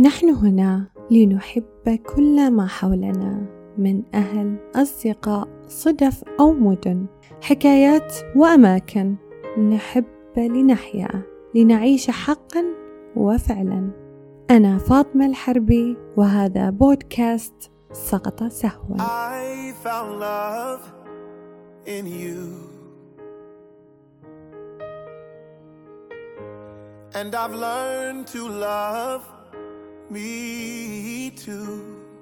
نحن هنا لنحب كل ما حولنا من أهل، أصدقاء، صدف أو مدن، حكايات وأماكن. نحب لنحيا، لنعيش حقا وفعلا. أنا فاطمة الحربي وهذا بودكاست سقط سهوا. I found love in you, and I've learned to love me too.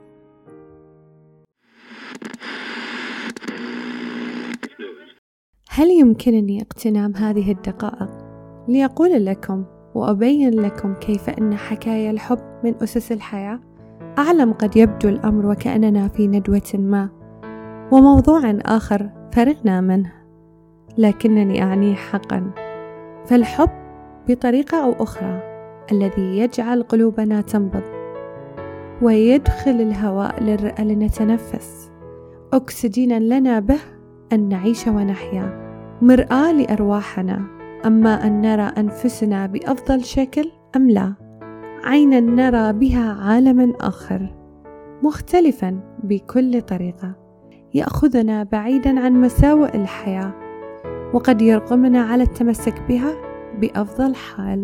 هل يمكنني اغتنام هذه الدقائق لأقول لكم وأبين لكم كيف أن حكاية الحب من أسس الحياة؟ أعلم قد يبدو الأمر وكأننا في ندوة ما وموضوع آخر فرغنا منه، لكنني أعنيه حقا. فالحب بطريقة أو أخرى الذي يجعل قلوبنا تنبض ويدخل الهواء للرئة لنتنفس، أكسجينا لنا به أن نعيش ونحيا، مرآة لأرواحنا، أما أن نرى أنفسنا بأفضل شكل أم لا، عينا نرى بها عالما آخر مختلفا بكل طريقة يأخذنا بعيدا عن مساوئ الحياة، وقد يرغمنا على التمسك بها بأفضل حال.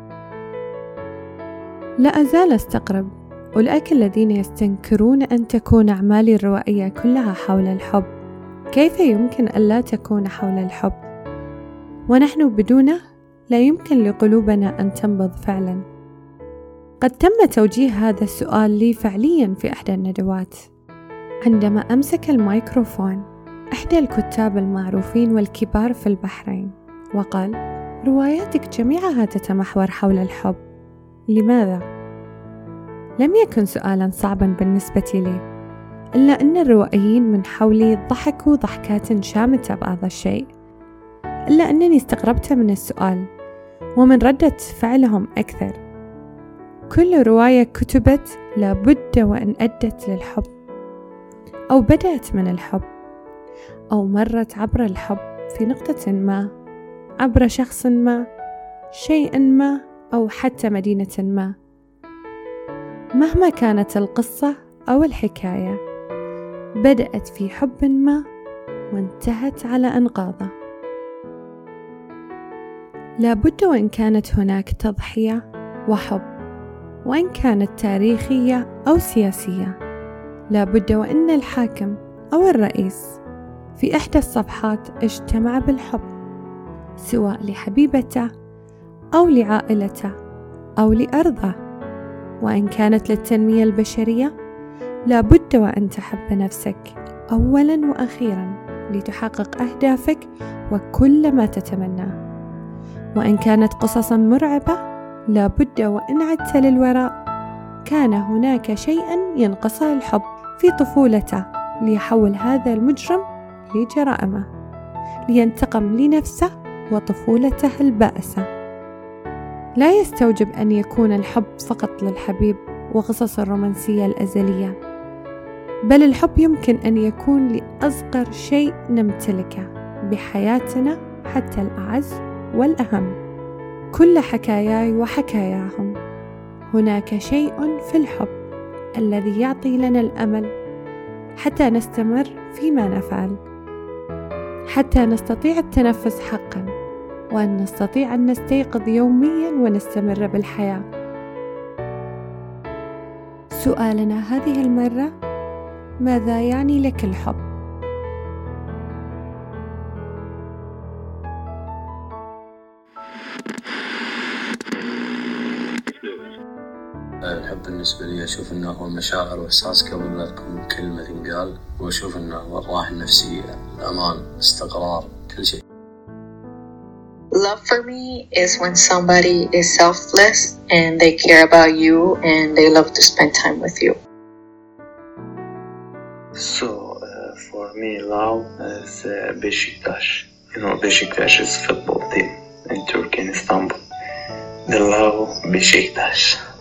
لا أزال أستغرب أولئك الذين يستنكرون أن تكون أعمالي الروائية كلها حول الحب. كيف يمكن ألا تكون حول الحب؟ ونحن بدونه لا يمكن لقلوبنا أن تنبض فعلا. قد تم توجيه هذا السؤال لي فعليا في إحدى الندوات، عندما أمسك الميكروفون إحدى الكتاب المعروفين والكبار في البحرين وقال: رواياتك جميعها تتمحور حول الحب، لماذا؟ لم يكن سؤالا صعبا بالنسبة لي، إلا أن الروائيين من حولي ضحكوا ضحكات شامتة بعض الشيء، إلا أنني استغربت من السؤال ومن ردة فعلهم أكثر. كل رواية كتبت لابد وأن أدت للحب، أو بدأت من الحب، أو مرت عبر الحب في نقطة ما، عبر شخص ما، شيء ما، أو حتى مدينة ما. مهما كانت القصة أو الحكاية، بدأت في حب ما وانتهت على أنقاضه. لابد وإن كانت هناك تضحية وحب، وإن كانت تاريخية أو سياسية، لابد وإن الحاكم أو الرئيس في إحدى الصفحات اجتمع بالحب، سواء لحبيبته أو لعائلته أو لأرضه. وإن كانت للتنمية البشرية، لابد وأن تحب نفسك أولا وأخيرا لتحقق أهدافك وكل ما تتمناه. وإن كانت قصصا مرعبة، لابد وإن عدت للوراء كان هناك شيئا ينقصه الحب في طفولته ليحول هذا المجرم لجرائمه، لينتقم لنفسه وطفولته البائسة. لا يستوجب أن يكون الحب فقط للحبيب وقصص الرومانسية الأزلية، بل الحب يمكن أن يكون لأصغر شيء نمتلكه بحياتنا، حتى الأعز والأهم. كل حكاياي وحكاياهم، هناك شيء في الحب الذي يعطي لنا الأمل حتى نستمر فيما نفعل، حتى نستطيع التنفس حقا، وأن نستطيع أن نستيقظ يوميا ونستمر بالحياة. سؤالنا هذه المرة: ماذا يعني لك الحب؟ الحب بالنسبة لي أشوف أنه هو مشاعر وإحساس قبل لا تكون كلمة تنقال، وأشوف أنه هو الراحة النفسية، الأمان، الاستقرار، كل شيء. Love for me is when somebody is selfless and they care about you and they love to spend time with you. So for me, love is Beşiktaş. You know, Beşiktaş is a football team in Turkey, in Istanbul. The love Beşiktaş.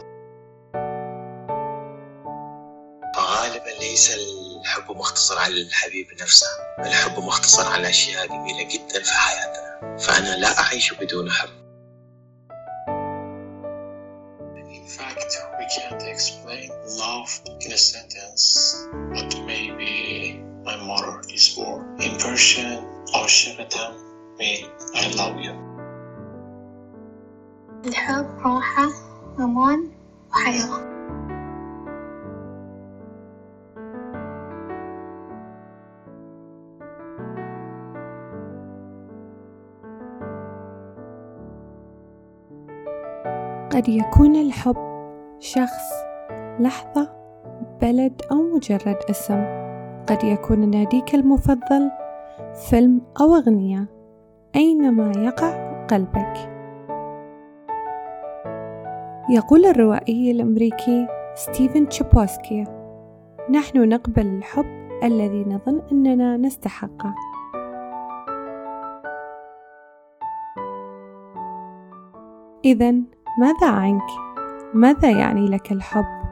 غالبا ليس الحب مختصر على الحبيب نفسه، الحب مختصر على أشياء جميلة جدا في حياتنا، فأنا لا أعيش بدون حب. In fact, we can't love in a sentence, but maybe my mother is more. In Persian, عاشقتم mean I love you. الحب راحة، أمان وحياة. قد يكون الحب شخص، لحظة، بلد أو مجرد اسم. قد يكون ناديك المفضل، فيلم أو أغنية، أينما يقع قلبك. يقول الروائي الأمريكي ستيفن تشابوسكي: نحن نقبل الحب الذي نظن أننا نستحقه. إذن ماذا عنك؟ ماذا يعني لك الحب؟